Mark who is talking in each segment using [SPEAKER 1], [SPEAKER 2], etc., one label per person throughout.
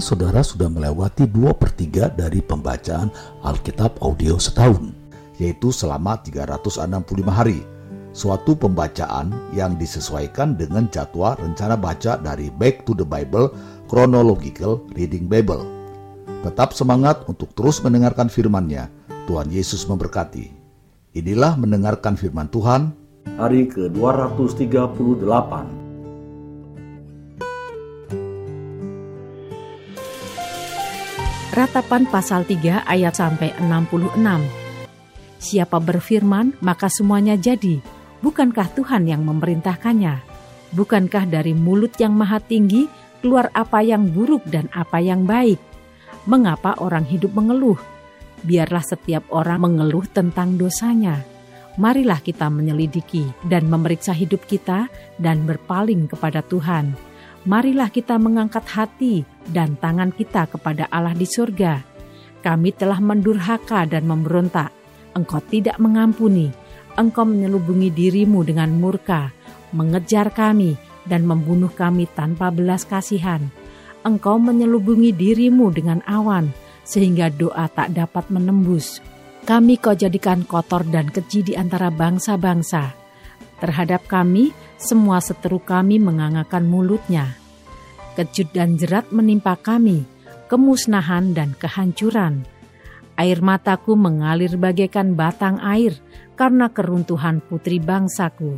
[SPEAKER 1] Mungkin saudara sudah melewati 2/3 dari pembacaan Alkitab audio setahun, yaitu selama 365 hari. Suatu pembacaan yang disesuaikan dengan jadwal rencana baca dari Back to the Bible Chronological Reading Bible. Tetap semangat untuk terus mendengarkan firman-Nya. Tuhan Yesus memberkati. Inilah mendengarkan firman Tuhan, hari ke-238.
[SPEAKER 2] Ratapan pasal 3 ayat sampai 66. Siapa berfirman, maka semuanya jadi. Bukankah Tuhan yang memerintahkannya? Bukankah dari mulut yang maha tinggi keluar apa yang buruk dan apa yang baik? Mengapa orang hidup mengeluh? Biarlah setiap orang mengeluh tentang dosanya. Marilah kita menyelidiki dan memeriksa hidup kita dan berpaling kepada Tuhan. Marilah kita mengangkat hati dan tangan kita kepada Allah di surga. Kami telah mendurhaka dan memberontak. Engkau tidak mengampuni. Engkau menyelubungi dirimu dengan murka, mengejar kami dan membunuh kami tanpa belas kasihan. Engkau menyelubungi dirimu dengan awan, sehingga doa tak dapat menembus. Kami kau jadikan kotor dan keji di antara bangsa-bangsa. Terhadap kami, semua seteru kami mengangangkan mulutnya. Kejut dan jerat menimpa kami, kemusnahan dan kehancuran. Air mataku mengalir bagaikan batang air karena keruntuhan putri bangsaku.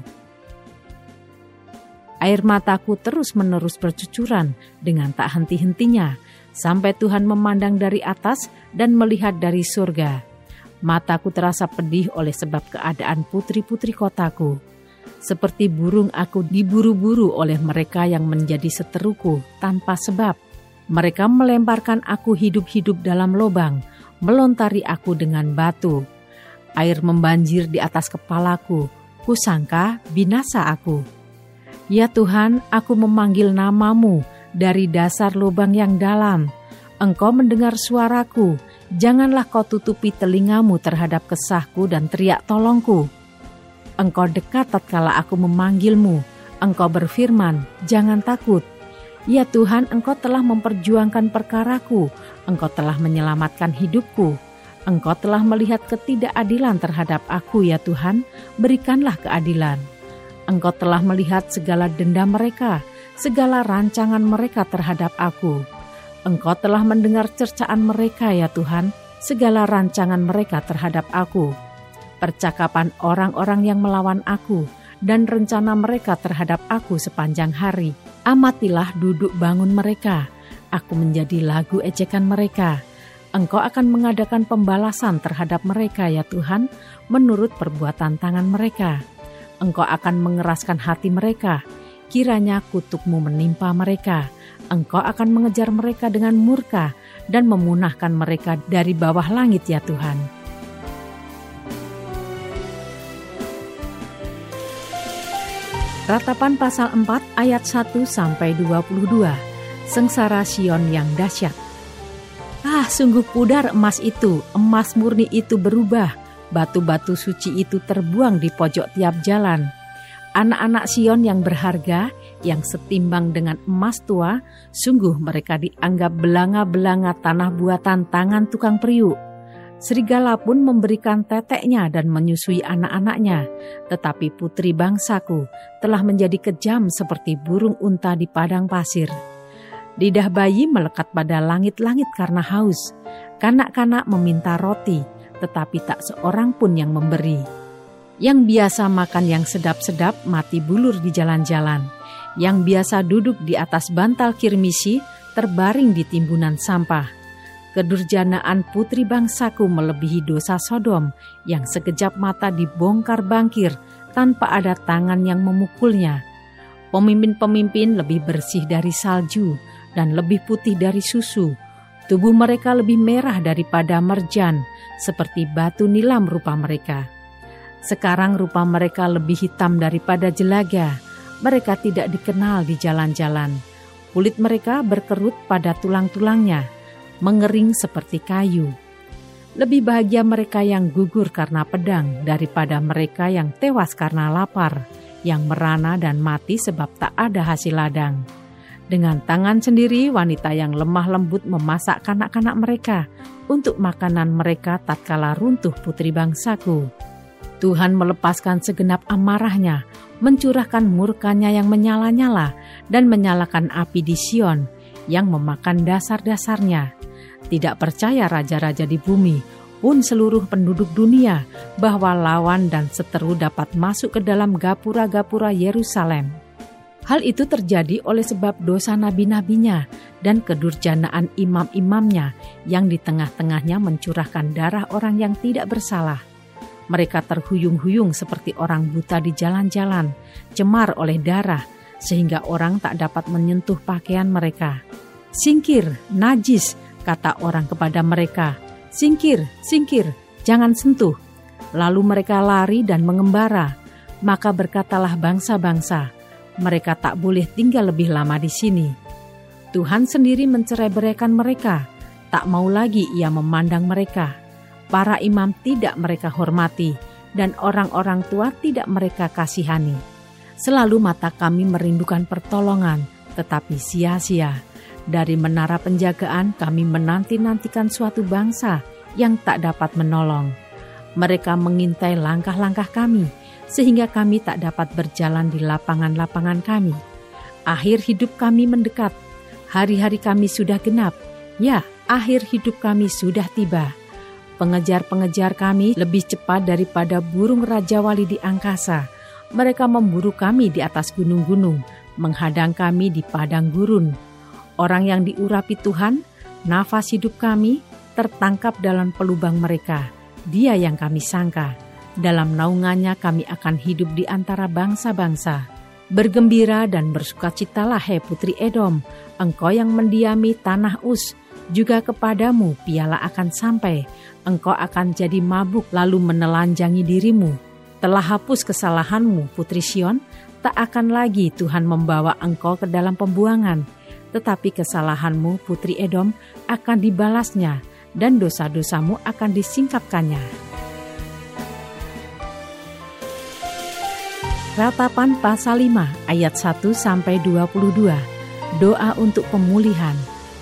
[SPEAKER 2] Air mataku terus-menerus bercucuran dengan tak henti-hentinya, sampai Tuhan memandang dari atas dan melihat dari surga. Mataku terasa pedih oleh sebab keadaan putri-putri kotaku. Seperti burung aku diburu-buru oleh mereka yang menjadi seteruku tanpa sebab. Mereka melemparkan aku hidup-hidup dalam lubang, melontari aku dengan batu. Air membanjir di atas kepalaku, kusangka binasa aku. Ya Tuhan, aku memanggil namamu dari dasar lubang yang dalam. Engkau mendengar suaraku, janganlah kau tutupi telingamu terhadap kesahku dan teriak tolongku. Engkau dekat tatkala aku memanggilmu. Engkau berfirman, jangan takut. Ya Tuhan, Engkau telah memperjuangkan perkaraku. Engkau telah menyelamatkan hidupku. Engkau telah melihat ketidakadilan terhadap aku, ya Tuhan. Berikanlah keadilan. Engkau telah melihat segala dendam mereka, segala rancangan mereka terhadap aku. Engkau telah mendengar cercaan mereka, ya Tuhan, segala rancangan mereka terhadap aku. Percakapan orang-orang yang melawan aku dan rencana mereka terhadap aku sepanjang hari. Amatilah duduk bangun mereka. Aku menjadi lagu ejekan mereka. Engkau akan mengadakan pembalasan terhadap mereka, ya Tuhan, menurut perbuatan tangan mereka. Engkau akan mengeraskan hati mereka. Kiranya kutuk-Mu menimpa mereka. Engkau akan mengejar mereka dengan murka dan memunahkan mereka dari bawah langit, ya Tuhan. Ratapan pasal 4 ayat 1 sampai 22. Sengsara Sion yang dahsyat. Sungguh pudar emas itu, emas murni itu berubah, batu-batu suci itu terbuang di pojok tiap jalan. Anak-anak Sion yang berharga, yang setimbang dengan emas tua, sungguh mereka dianggap belanga-belanga tanah buatan tangan tukang periuk. Serigala pun memberikan teteknya dan menyusui anak-anaknya, tetapi putri bangsaku telah menjadi kejam seperti burung unta di padang pasir. Lidah bayi melekat pada langit-langit karena haus. Kanak-kanak meminta roti, tetapi tak seorang pun yang memberi. Yang biasa makan yang sedap-sedap mati bulur di jalan-jalan. Yang biasa duduk di atas bantal kirmisi terbaring di timbunan sampah. Kedurjanaan putri bangsaku melebihi dosa Sodom yang sekejap mata dibongkar bangkir tanpa ada tangan yang memukulnya. Pemimpin-pemimpin lebih bersih dari salju dan lebih putih dari susu. Tubuh mereka lebih merah daripada merjan, seperti batu nilam rupa mereka. Sekarang rupa mereka lebih hitam daripada jelaga. Mereka tidak dikenal di jalan-jalan. Kulit mereka berkerut pada tulang-tulangnya, mengering seperti kayu. Lebih bahagia mereka yang gugur karena pedang daripada mereka yang tewas karena lapar, yang merana dan mati sebab tak ada hasil ladang. Dengan tangan sendiri, wanita yang lemah lembut memasak kanak-kanak mereka untuk makanan mereka tatkala runtuh putri bangsaku. Tuhan melepaskan segenap amarahnya, mencurahkan murkanya yang menyala-nyala dan menyalakan api di Sion yang memakan dasar-dasarnya. Tidak percaya raja-raja di bumi pun seluruh penduduk dunia bahwa lawan dan seteru dapat masuk ke dalam gapura-gapura Yerusalem. Hal itu terjadi oleh sebab dosa nabi-nabinya dan kedurjanaan imam-imamnya yang di tengah-tengahnya mencurahkan darah orang yang tidak bersalah. Mereka terhuyung-huyung seperti orang buta di jalan-jalan, cemar oleh darah, sehingga orang tak dapat menyentuh pakaian mereka. "Singkir, najis," kata orang kepada mereka. "Singkir, singkir, jangan sentuh." Lalu mereka lari dan mengembara. Maka berkatalah bangsa-bangsa, mereka tak boleh tinggal lebih lama di sini. Tuhan sendiri mencerai-beraikan mereka, tak mau lagi ia memandang mereka. Para imam tidak mereka hormati, dan orang-orang tua tidak mereka kasihani. Selalu mata kami merindukan pertolongan, tetapi sia-sia. Dari menara penjagaan kami menanti-nantikan suatu bangsa yang tak dapat menolong. Mereka mengintai langkah-langkah kami, sehingga kami tak dapat berjalan di lapangan-lapangan kami. Akhir hidup kami mendekat, hari-hari kami sudah genap. Ya, akhir hidup kami sudah tiba. Pengejar-pengejar kami lebih cepat daripada burung Raja Wali di angkasa. Mereka memburu kami di atas gunung-gunung, menghadang kami di padang gurun. Orang yang diurapi Tuhan, nafas hidup kami, tertangkap dalam pelubang mereka. Dia yang kami sangka. Dalam naungannya kami akan hidup di antara bangsa-bangsa. Bergembira dan bersukacitalah, hai putri Edom, engkau yang mendiami tanah Uz. Juga kepadamu piala akan sampai, engkau akan jadi mabuk lalu menelanjangi dirimu. Telah hapus kesalahanmu, putri Sion, tak akan lagi Tuhan membawa engkau ke dalam pembuangan. Tetapi kesalahanmu, putri Edom, akan dibalasnya, dan dosa-dosamu akan disingkapkannya. Ratapan pasal 5 ayat 1-22. Doa untuk pemulihan.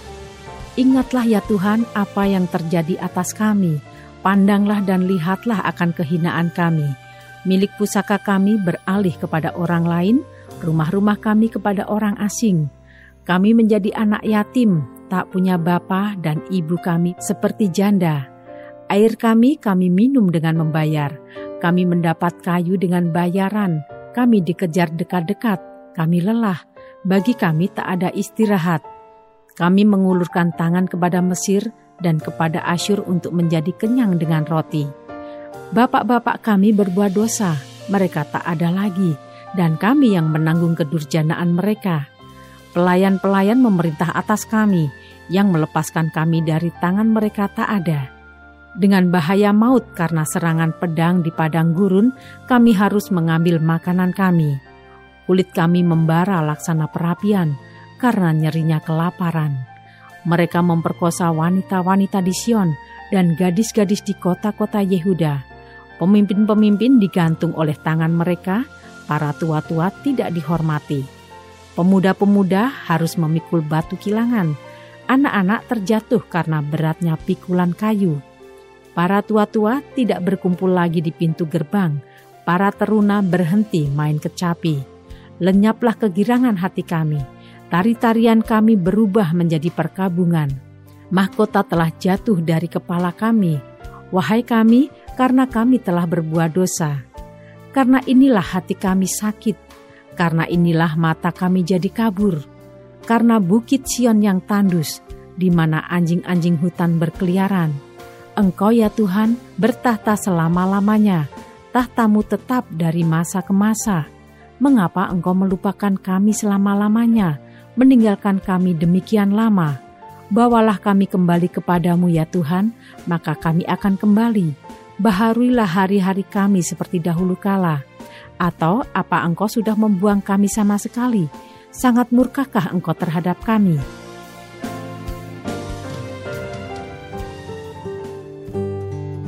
[SPEAKER 2] Ingatlah ya Tuhan apa yang terjadi atas kami. Pandanglah dan lihatlah akan kehinaan kami. Milik pusaka kami beralih kepada orang lain, rumah-rumah kami kepada orang asing. Kami menjadi anak yatim, tak punya bapa, dan ibu kami seperti janda. Air kami minum dengan membayar. Kami mendapat kayu dengan bayaran. Kami dikejar dekat-dekat. Kami lelah. Bagi kami tak ada istirahat. Kami mengulurkan tangan kepada Mesir dan kepada Asyur untuk menjadi kenyang dengan roti. Bapak-bapak kami berbuat dosa, mereka tak ada lagi, dan kami yang menanggung kedurjanaan mereka. Pelayan-pelayan memerintah atas kami, yang melepaskan kami dari tangan mereka tak ada. Dengan bahaya maut karena serangan pedang di padang gurun, kami harus mengambil makanan kami. Kulit kami membara laksana perapian, karena nyerinya kelaparan. Mereka memperkosa wanita-wanita di Sion dan gadis-gadis di kota-kota Yehuda. Pemimpin-pemimpin digantung oleh tangan mereka, para tua-tua tidak dihormati. Pemuda-pemuda harus memikul batu kilangan, anak-anak terjatuh karena beratnya pikulan kayu. Para tua-tua tidak berkumpul lagi di pintu gerbang, para teruna berhenti main kecapi. Lenyaplah kegirangan hati kami. Tari-tarian kami berubah menjadi perkabungan. Mahkota telah jatuh dari kepala kami. Wahai kami, karena kami telah berbuat dosa. Karena inilah hati kami sakit. Karena inilah mata kami jadi kabur. Karena bukit Sion yang tandus, di mana anjing-anjing hutan berkeliaran. Engkau ya Tuhan bertahta selama-lamanya. Tahtamu tetap dari masa ke masa. Mengapa engkau melupakan kami selama-lamanya? Meninggalkan kami demikian lama. Bawalah kami kembali kepadamu ya Tuhan, maka kami akan kembali. Baharuilah hari-hari kami seperti dahulu kala. Atau apa engkau sudah membuang kami sama sekali? Sangat murkakah engkau terhadap kami?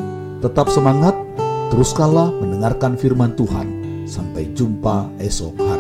[SPEAKER 1] Tetap semangat, teruskanlah mendengarkan firman Tuhan. Sampai jumpa esok hari.